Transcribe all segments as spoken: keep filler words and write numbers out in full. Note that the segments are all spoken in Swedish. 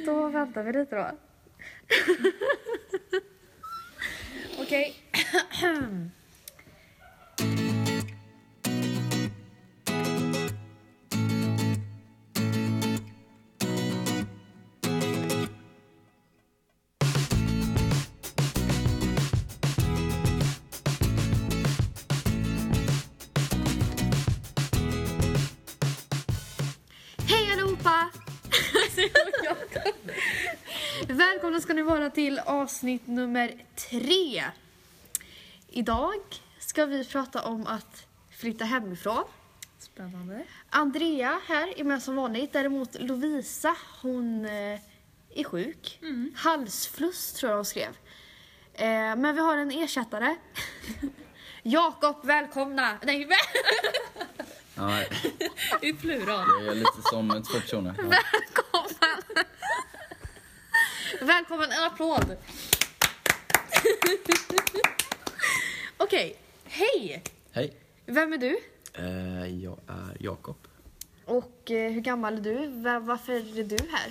Då väntar vi lite då. Okej. Välkomna ska ni vara till avsnitt nummer tre. Idag ska vi prata om att flytta hemifrån. Spännande. Andrea här är med som vanligt. Däremot Lovisa, hon eh, är sjuk. Mm. Halsfluss tror jag hon skrev. Eh, men vi har en ersättare. Jakob, välkomna. Nej, väl. Ja, I plural. jag är lite som två personer. Ja. Välkommen. Välkommen, en applåd. Okej, hej. Hej, Vem är du? eh, jag är Jakob. Och eh, hur gammal är du? Va- varför är du här?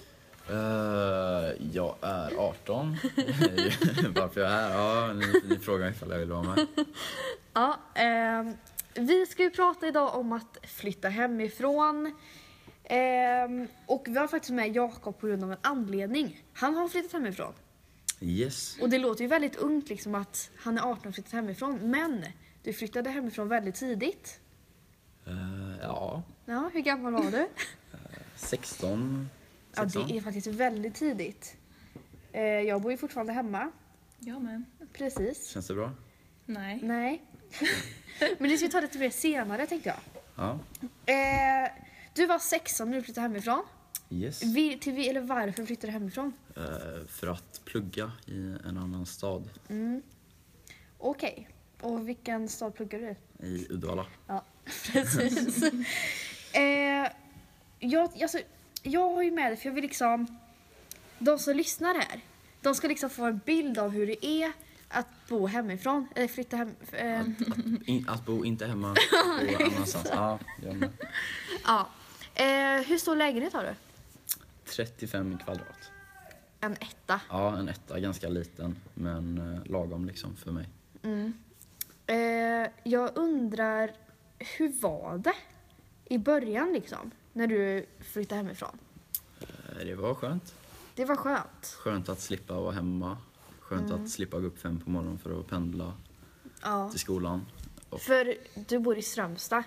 Eh, jag är arton. Varför jag är här? Ja, ni, ni frågar ifall jag vill vara med. Ja, eh, vi ska ju prata idag om att flytta hemifrån. Eh, och vi har faktiskt med Jakob på grund av en anledning. Han har flyttat hemifrån. Yes. Och det låter ju väldigt ungt liksom att han är arton och flyttat hemifrån. Men du flyttade hemifrån väldigt tidigt. Eh, ja, Ja, hur gammal var du? sexton. Ja, det är faktiskt väldigt tidigt. Eh, jag bor ju fortfarande hemma. Jag med. Precis. Känns det bra? Nej. Nej. Men det ska vi ta lite mer senare tänkte jag. Ja. Eh, du var sexton när du flyttade hemifrån. Yes. Vi, till vi, eller varför flyttade du hemifrån? Eh, för att plugga i en annan stad. Mm. Okej. Och vilken stad pluggar du i? I Uddevalla. Ja, precis. eh, jag, alltså, jag har ju med det för jag vill liksom... De som lyssnar här, de ska liksom få en bild av hur det är att bo hemifrån. Eller flytta hem... Eh, In, att bo inte hemma på annanstans. Ja, jag med. ja. Eh, hur stor lägenhet har du? trettiofem kvadrat. En etta. Ja, en etta, ganska liten, men eh, lagom liksom för mig. Mm. Eh, jag undrar, hur var det i början liksom, när du flyttade hemifrån? Eh, det var skönt. Det var skönt. Skönt att slippa vara hemma. Skönt Mm. att slippa gå upp fem på morgonen för att pendla Ja. till skolan. Och, För du bor i Strömstad.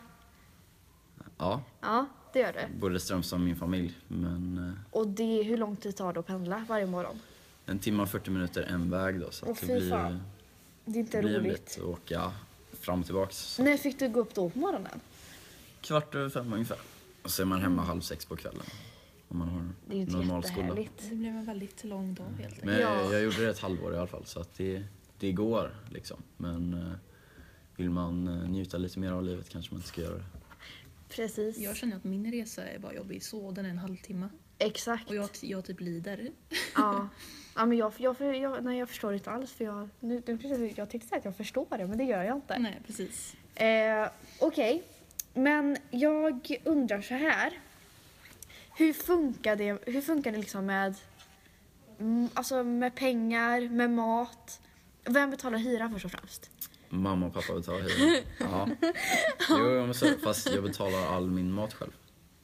ja, Ja, det gör du. både Strömstad och min familj. Men eh, Och det, hur lång tid tar det att pendla varje morgon? en timme och fyrtio minuter en väg då. Så Åh, att det fy blir, fan. Det är inte det blir en roligt. bit att åka fram och tillbaks. Så När fick du gå upp då på morgonen? kvart över fem ungefär. Och så är man hemma halv sex på kvällen. Om man har Det är ju inte normal skola. jättehärligt. Det blev en väldigt lång dag helt enkelt. Men Ja. jag, jag gjorde det ett halvår i alla fall. Så att det, det går liksom. Men eh, vill man eh, njuta lite mer av livet kanske man inte ska göra det. Precis. Jag känner att min resa är bara jobbig, så den är en halvtimme. Exakt. Och jag, jag typ lider. Ja. Ja, men jag, jag, jag, nej, jag förstår inte alls. För jag, nu, nu, jag tänkte säga att jag förstår det, men det gör jag inte. Nej, precis. Eh, Okej, men jag undrar så här. Hur funkar det, hur funkar det liksom med, mm, alltså med pengar, med mat? Vem betalar hyran först och främst? Mamma och pappa betalar hyran. Ja. Jo, men så, fast jag betalar all min mat själv.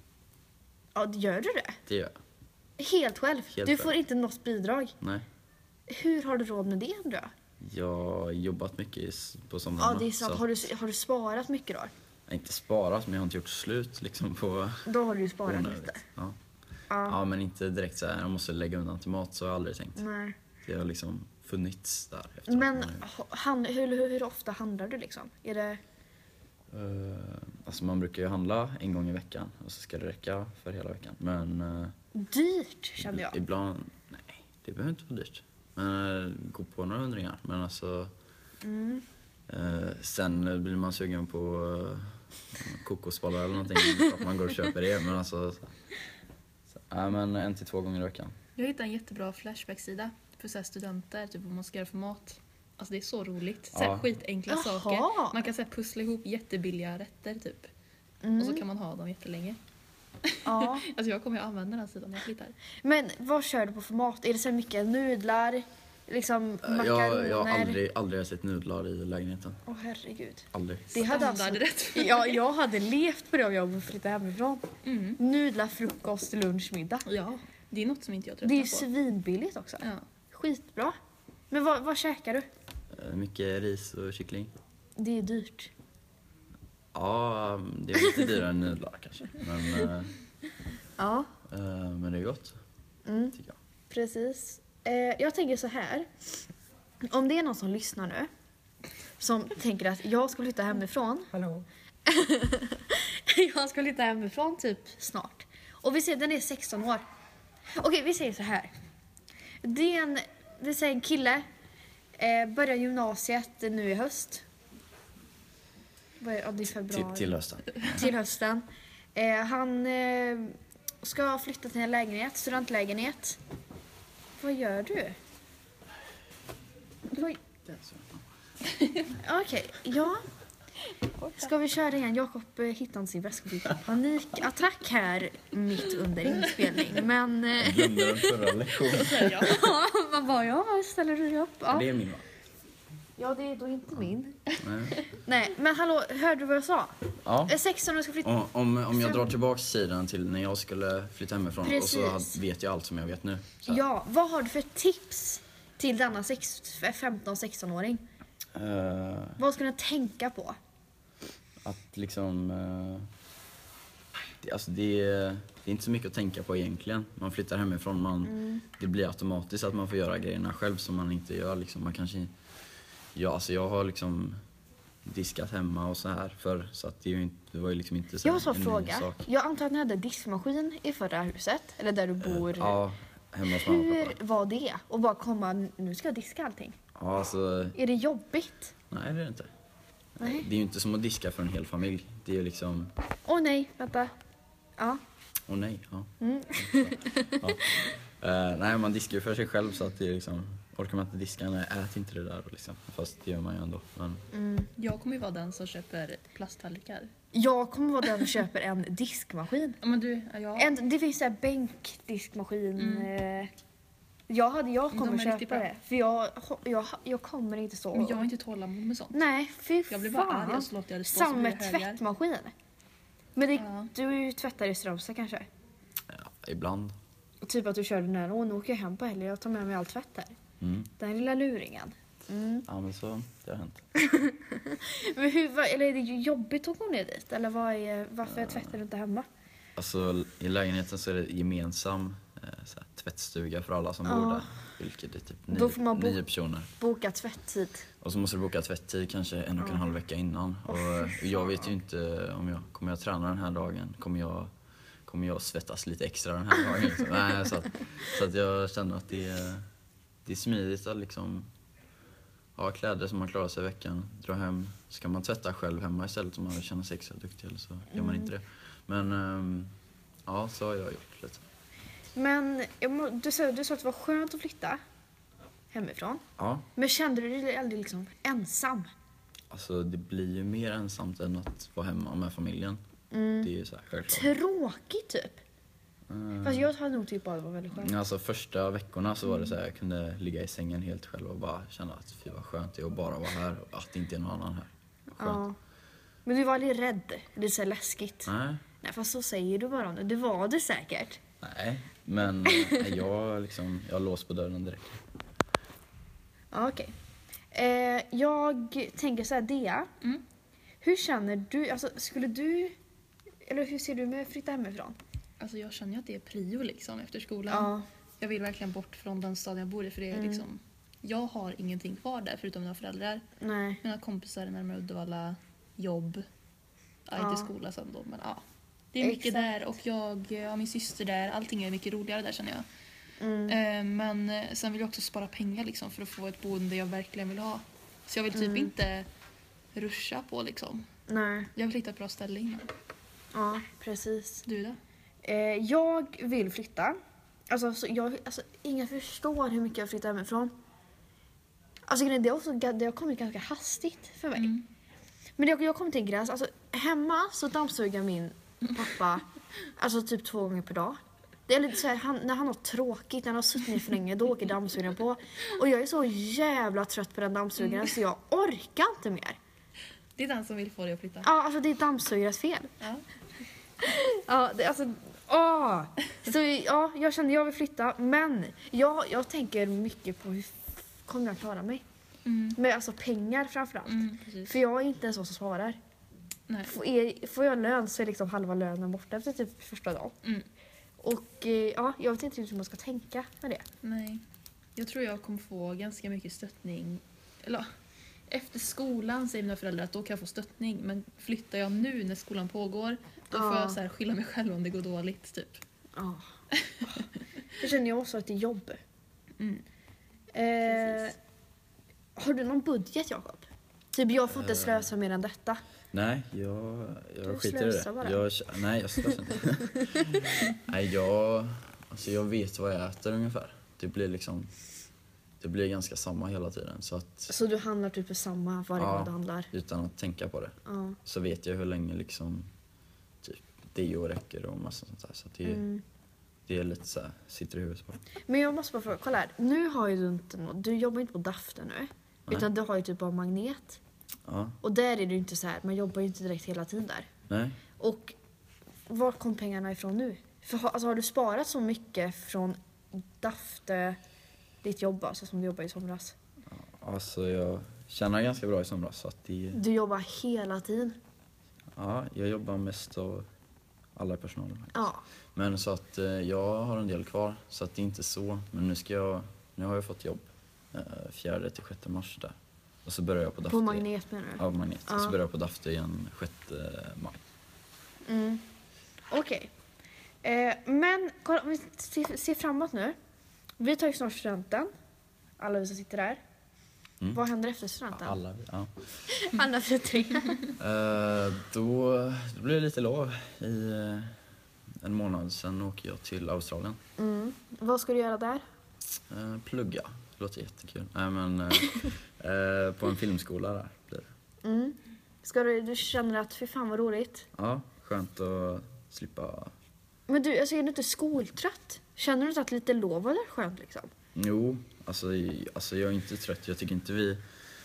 Ja, gör du det? Det gör jag. Helt själv? Helt du själv. får inte något bidrag? Nej. Hur har du råd med det då? Jag har jobbat mycket i, på sånt Ja, hemma, det är sant. så Har du, har du sparat mycket då? jag har inte sparat, men jag har inte gjort slut liksom på Då har du ju sparat onödigt. lite. Ja. Ja. Ja, men inte direkt så här. Jag måste lägga undan till mat, så har jag aldrig tänkt. Nej. Det har liksom funnits där efteråt. Men han, hur, hur, hur ofta handlar du liksom? Är det... Uh, alltså man brukar ju handla en gång i veckan och så ska det räcka för hela veckan. Men uh, dyrt, kände jag. ibland, nej, det behöver inte vara dyrt. Men uh, gå på några hundringar. Men alltså, Mm. uh, sen blir man sugen på uh, kokosbollar eller någonting. Så att man går och köper det. Men alltså, så, så, uh, men en till två gånger i veckan. Jag hittade en jättebra Flashback-sida för så här studenter, typ vad man ska göra för mat. Alltså det är så roligt. Så här Ja. skitenkla Jaha. saker. Man kan så här pussla ihop jättebilliga rätter typ. Mm. Och så kan man ha dem jättelänge. Ja. Alltså jag kommer ju använda den sidan när jag flyttar. Men vad kör du på för mat? Är det så mycket nudlar, liksom makaroner? Jag, jag har aldrig, aldrig ätit nudlar i lägenheten. Åh herregud. Aldrig. Det hade alltså, Standardrätt. ja, jag hade levt på det om jag flyttade hemifrån. Mm. Nudlar, frukost, lunch, middag. Ja, det är något som inte jag Det är tröttnar ju på. svinbilligt också. Ja. Skitbra. Men vad, vad käkar du? Eh, Mycket ris och kyckling. Det är dyrt. Ja, det är lite dyrare än nudlar kanske. Men, eh, Ja, eh, men det är gott, mm, tycker jag. precis. Eh, jag tänker så här. Om det är någon som lyssnar nu som tänker att jag ska flytta hemifrån. Hallå? Jag ska flytta hemifrån typ snart. Och vi säger den är sexton år. Okej, vi säger så här. Det är en, vi säger en kille. Eh, börjar gymnasiet nu i höst. Vad är, ja, det är Till, februari. till hösten. Till hösten. Eh, han eh, ska flytta till en lägenhet, studentlägenhet. Vad gör du? Vad- Okej, ja. Ska vi köra igen? Jakob eh, hittade sin väska. Panikattack här mitt under inspelning. Men eh, Jag glömde den förra lektionen. Ja. man bara, ja, ställer du dig upp? Ja. Det är min va? Ja, det är då inte min. Nej. Nej, men hallå, hörde du vad jag sa? Ja. Eh, sexton år ska flytta. Om, om, om jag drar tillbaka sidan till när jag skulle flytta hemifrån och så Precis. had- vet jag allt som jag vet nu. Så här. Ja, vad har du för tips till denna femton-sexton-åring? Eh, Vad ska du tänka på? att liksom... eh, det, alltså det, är- det är inte så mycket att tänka på egentligen. Man flyttar hemifrån, man, det blir automatiskt att man får göra grejerna själv som man inte gör. Liksom. Man kanske, ja, alltså jag har liksom diskat hemma och så här för så att det, är ju inte, det var ju liksom inte så Jag har så en ny fråga. sak. Jag antar att ni hade diskmaskin i förra huset, eller där du bor. Ja, hemma hos mamma och Hur pappa. var det? Och bara komma, nu ska jag diska allting. Ja, alltså, Är det jobbigt? nej det är det inte. Nej. Det är ju inte som att diska för en hel familj. Det är ju liksom, Åh nej, vänta. Ja. åh nej, ja. Mm. ja. Eh, nej, man diskar ju för sig själv så att det är liksom, orkar man inte diska, nej, ät inte det där liksom. Fast det gör man ju ändå. Men, Mm. Jag kommer ju vara den som köper plasttallrikar. Jag kommer vara den som köper en diskmaskin. Ja, men du, ja. En, det finns en bänkdiskmaskin. Mm. eh, Jag, hade, jag De kommer är riktigt köpa bra. det. För jag, jag, jag kommer inte så. Men jag har inte tålamod med sånt. Nej, fy Jag blir bara arg fan. och så låter jag det stå så Samma blir det högar. tvättmaskin. Men det, Ja. du tvättar i Strömstad kanske? ja, ibland. Och typ att du kör den här, åh nu åker jag hem på helgen, jag tar med mig all tvätt här. Mm. Den lilla luringen. Mm. Ja, men så, det har hänt. Men hur, vad, eller är det ju jobbigt att gå ner dit? Eller vad är, varför tvättar du inte hemma? Alltså i lägenheten så är det gemensam eh, så här, tvättstuga för alla som Ja. bor där. Vilket är typ nio, Då får man bo- nio personer. Boka tvätttid. Och så måste du boka tvätttid kanske en och en halv vecka innan. Och eh, jag vet ju inte om jag kommer jag träna den här dagen. Kommer jag, kommer jag svettas lite extra den här dagen? Så, nej, så, att, så att jag känner att det är, det är smidigt att liksom ha kläder som man klarar sig i veckan. Dra hem. Så kan man tvätta själv hemma istället om man vill känna sig extra duktig. Eller så gör man inte det. Men ehm, ja, så har jag gjort lite. Men jag må- du sa, du sa att det var skönt att flytta hemifrån. Ja, Men kände du dig aldrig liksom ensam? alltså det blir ju mer ensamt än att vara hemma med familjen. Mm. Det är ju så här självklart. Tråkigt typ. Mm. Fast jag hade nog typ att det var väldigt skönt. Alltså första veckorna så var det så här, jag kunde ligga i sängen helt själv och bara känna att fy vad skönt det är att bara vara här och att det inte är någon annan här. Skönt. Ja. Men du var aldrig rädd? Det är så här läskigt. Nej, Nej, fast så säger du bara om det. Det var det säkert. nej, men eh, jag liksom, jag lås på dörren direkt. Ja, okej. Eh, jag tänker så här, Dea. Mm. Hur känner du, alltså skulle du, eller hur ser du med att flytta hemifrån? Alltså jag känner ju att det är prio liksom efter skolan. Ja. Jag vill verkligen bort från den staden jag bor i för det är Mm. liksom... Jag har ingenting kvar där förutom mina föräldrar. Nej. Mina kompisar är närmare Uddevalla, jobb, ja. Ja. inte skola sen då. Men ja, det är mycket Exakt. där och jag har min syster där. Allting är mycket roligare där känner jag. Mm. Eh, men eh, sen vill jag också spara pengar liksom för att få ett boende jag verkligen vill ha. Så jag vill typ Mm. inte ruscha på liksom. Nej. Jag vill hitta ett bra ställe innan. Ja, precis. Du då? Eh, jag vill flytta. Alltså, så jag, alltså, ingen förstår hur mycket jag flyttar hemifrån. Alltså, grejen är, det, är också, det har kommit ganska hastigt för mig. Mm. Men jag, jag kom till en gräns. Alltså, hemma så dammsugar min pappa Alltså typ två gånger per dag. Det är lite så här, han, när han har tråkigt, när han har suttit ner för länge, då åker dammsugaren på. Och jag är så jävla trött på den dammsugaren mm. så jag orkar inte mer. Det är den som vill få dig att flytta. Ja, alltså det är dammsugarens fel. Ja. Ja, det, alltså, åh. Så ja, jag kände jag vill flytta, men jag, jag tänker mycket på hur f- kommer jag klara mig. Mm. Med alltså pengar framförallt. Mm, för jag är inte en sån som svarar. Nej. Får, är, får jag lön så är liksom halva lönen borta efter typ första dagen. Mm. Och eh, ja, jag vet inte hur man ska tänka med det. Nej. Jag tror jag kommer få ganska mycket stöttning. Eller efter skolan säger mina föräldrar att då kan jag få stöttning. Men flyttar jag nu när skolan pågår, då får Ja. jag så här skylla mig själv om det går dåligt typ. Ja. Jag känner jag också att det är jobb. Mm. Eh, har du någon budget, Jakob? Typ jag får inte slösa mer än detta. Nej, jag, jag Du skiter i slösar det. bara. Jag, nej, jag slösar inte. Nej, jag, alltså jag vet vad jag äter ungefär. Det blir liksom, det blir ganska samma hela tiden. Så att, Så du handlar typ för samma varje Ja. gång du handlar? utan att tänka på det, Ja. så vet jag hur länge liksom, typ, deo räcker och massa sånt där. Så att det, Mm. det är lite så här, sitter i huvudet bara. Men jag måste bara fråga, kolla här. Nu har ju du inte nå- du jobbar inte på Dafte nu. Nej. Utan du har ju typ bara Magnet. Ja, Och där är det ju inte så här, man jobbar ju inte direkt hela tiden där. nej. Och var kom pengarna ifrån nu? För, har- alltså, har du sparat så mycket från Dafte, ditt jobb alltså, som du jobbar i somras? Alltså jag tjänar ganska bra i somras. Så att det, Du jobbar hela tiden. ja, jag jobbar mest av alla i personalen. faktiskt. Ja. Men så att eh, jag har en del kvar, så att det är inte så. Men nu ska jag, nu har jag fått jobb eh, fjärde till sjätte mars där. Och så börjar jag på Dafte. På Magnet menar du? Ja, på Magnet. Ja. Och så börjar jag på Dafte igen sjätte maj. Mm. Okej. Eh, men kolla, om vi ser, ser framåt nu. Vi tar ju snart studenten. Alla vi som sitter där. Mm. Vad händer efter studenten? Alla, ja. Alla för tre. Eh, då, då blir det lite lov i eh, en månad. Sen åker jag till Australien. Mm. Vad ska du göra där? Eh, plugga. Det låter jättekul. Nej, men eh, eh, på en filmskola där blir det. Mm. Ska du, du känner att fy fan vad roligt. Ja, skönt att slippa. Men du, alltså är du inte skoltrött? Känner du inte att lite lov var det skönt liksom? Jo, alltså, i- alltså jag är inte trött. Jag tycker inte vi...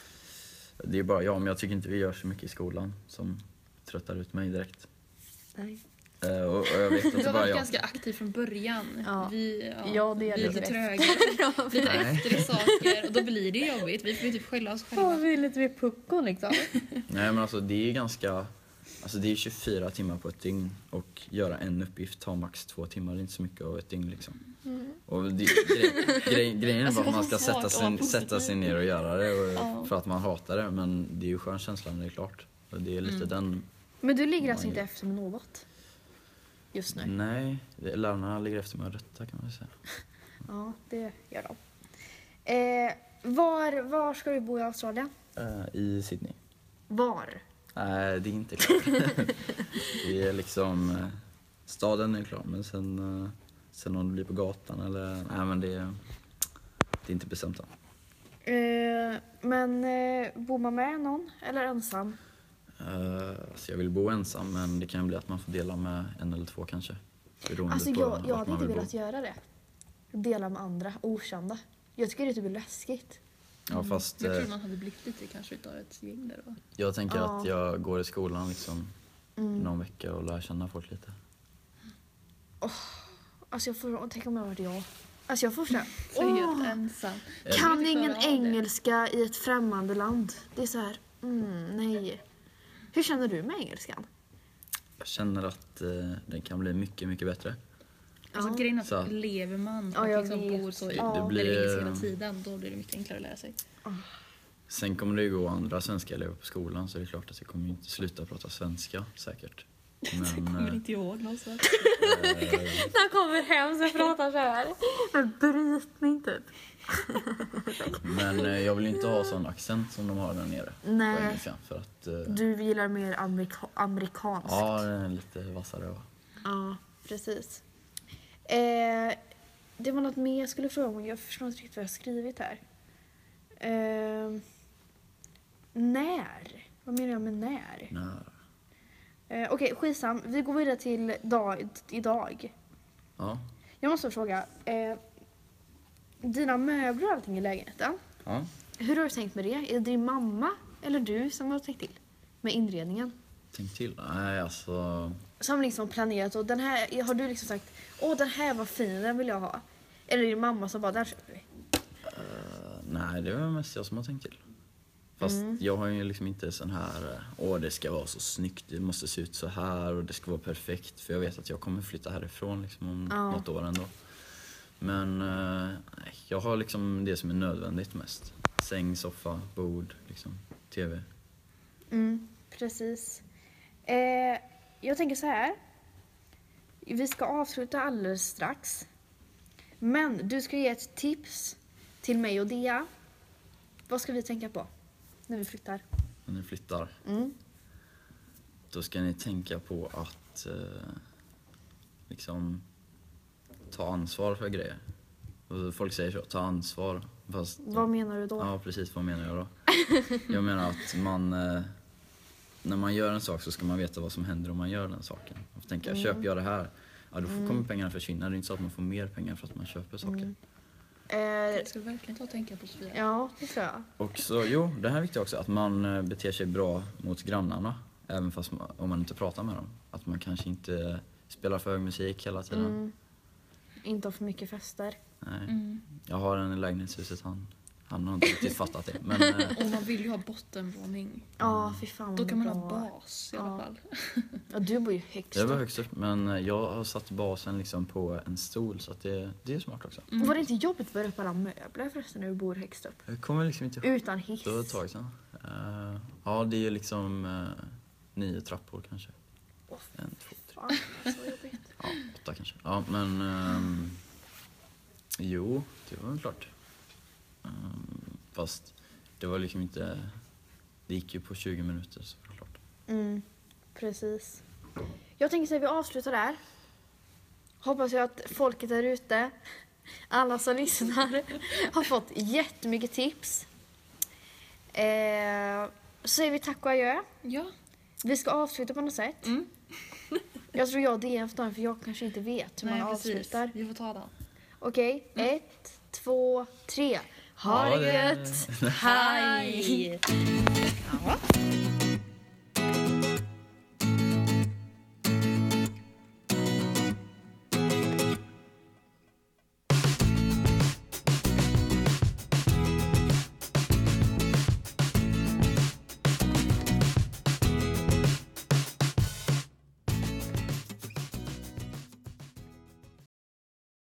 Det är bara jag, men jag tycker inte vi gör så mycket i skolan som tröttar ut mig direkt. Nej. Eh, och, och jag vet Du inte har bara varit jag. ganska aktiv från början. Ja. Vi, ja, Ja, det är vi är det lite direkt. tröga. Lite Nej. efter i saker. Och då blir det jobbigt. Vi får ju typ skälla oss själva. vi är lite mer pucko liksom. Nej, men alltså det är ganska... Alltså det är tjugofyra timmar på ett dygn och göra en uppgift tar max två timmar. Det är inte så mycket av ett dygn liksom. Mm. Och det, grej, grej, grejen är Alltså, bara att man det ska är så sätta svårt att vara sig, sätta sig ner och göra det och, Ja. för att man hatar det. Men det är ju skön känsla när det är klart. Och det är lite Mm. den... Men du ligger alltså Oj. inte efter med något? Just nu? Nej, det, lärarna ligger efter med rötta kan man väl säga. Ja, det gör de. Eh, var, var ska du bo i Australien? Eh, I Sydney. Var? Nej, det är inte klart. Det är liksom... eh, Staden är klar, men sen, eh, sen om det blir på gatan eller... Nej, men det, det är inte bestämt än. Eh, men eh, bor man med någon eller ensam? Uh, så jag vill bo ensam, men det kan bli att man får dela med en eller två kanske. Beroende Alltså på jag, vart jag hade man inte vill velat bo. göra det. Dela med andra, okända. Jag tycker det typ är läskigt. Ja, fast Jag eh, tror man hade blivit lite kanske utav ett gäng där då. jag tänker Ja. att jag går i skolan liksom Mm. någon vecka och lär känna folk lite. Alltså jag får, tänk om jag varit jag. Alltså jag får såhär, Så helt åh, ensam. Jag kan vill inte ingen klara av det. engelska i ett främmande land. Det är så här, mm, nej. Hur känner du med engelskan? Jag känner att eh, den kan bli mycket, mycket bättre. Alltså Ja. grejen är Så. att lever man Ja, och jag liksom vet. bor så i Ja. Det det blir, blir engelska eh, hela tiden, då blir det mycket enklare att lära sig. Sen kommer det ju gå andra svenska elever på skolan, så det är klart att jag kommer ju inte sluta prata svenska säkert. Men, Kommer eh, inte ihåg någonstans. eh, När jag kommer hem så pratar så här. Med brytning typ. men eh, jag vill inte ha sån accent som de har där nere på Nej, engelska. För att, eh, du gillar mer amerika- amerikanskt. ja, den är lite vassare. Va? Ja, precis. Eh, det var något mer jag skulle fråga om. Jag förstår inte riktigt vad jag har skrivit här. Eh, när? Vad menar jag med när? Nej. Eh, Okej, skitsam. Vi går vidare till dag, idag. Ja. Jag måste fråga. Eh, dina möbler och allting i lägenheten. Ja. Hur har du tänkt med det? Är det din mamma eller du som har tänkt till med inredningen? Tänk till. Nej, alltså... Som liksom planerat och den här, har du liksom sagt, åh den här var fin, den vill jag ha. Eller är det din mamma som bara, där köper vi? Uh, nej, det var mest jag som har tänkt till. Fast mm. jag har ju liksom inte sån här, åh det ska vara så snyggt, det måste se ut så här och det ska vara perfekt. För jag vet att jag kommer flytta härifrån liksom om ja. något år ändå. Men uh, jag har liksom det som är nödvändigt mest. Säng, soffa, bord, liksom, tv. Mm, precis. Eh, jag tänker så här. Vi ska avsluta alldeles strax. Men du ska ge ett tips till mig och Dia. Vad ska vi tänka på när vi flyttar? När ni flyttar? Mm. Då ska ni tänka på att eh, liksom ta ansvar för grejer. Och folk säger så, ta ansvar. Fast, vad menar du då? Ja, precis, vad menar jag då? Jag menar att man... Eh, när man gör en sak så ska man veta vad som händer om man gör den saken. Och tänka, mm. köper jag det här? Ja, då kommer mm. pengarna försvinna. Det är inte så att man får mer pengar för att man köper saker. Mm. Det ska du verkligen ta och tänka på, Sofia. Ja, det tror jag. Och så, jo, det här är viktigt också. Att man beter sig bra mot grannarna. Även fast man, om man inte pratar med dem. Att man kanske inte spelar för hög musik hela tiden. Mm. Inte ha för mycket fester. Nej. Mm. Jag har en i lägenhetshuset, han, han har inte riktigt fattat det. Men, eh, och man vill ju ha bottenvåning. Ja, fy fan. Då kan man bra. ha bas i ja. alla fall. Ja, du bor ju högst jag var högst upp, men jag har satt basen liksom på en stol så att det, det är smart också. Mm. Var det inte jobbigt att bära upp alla möbler förresten när du bor högst upp? Jag kommer liksom inte ihåg. Utan hiss? Det var ett tag sedan. Uh, ja, det är liksom uh, nio trappor kanske. Oh, en, två, tre. Fan, så jobbigt. Ja, åtta kanske. Ja, men... Um, jo, det var väl klart. Um, fast det var liksom inte... Det gick ju på tjugo minuter, så var det klart. Mm, precis. Jag tänker att vi avslutar där. Hoppas jag att folket där ute, alla som lyssnar, har fått jättemycket tips. Eh, så säger vi tack och adjö. Ja. Vi ska avsluta på något sätt. Mm. Jag tror jag det är efter för jag kanske inte vet hur Nej, man precis. avslutar. Vi får ta den. Okej, okay. mm. ett, två, tre. Ha, ha det gött! Hej! Ja.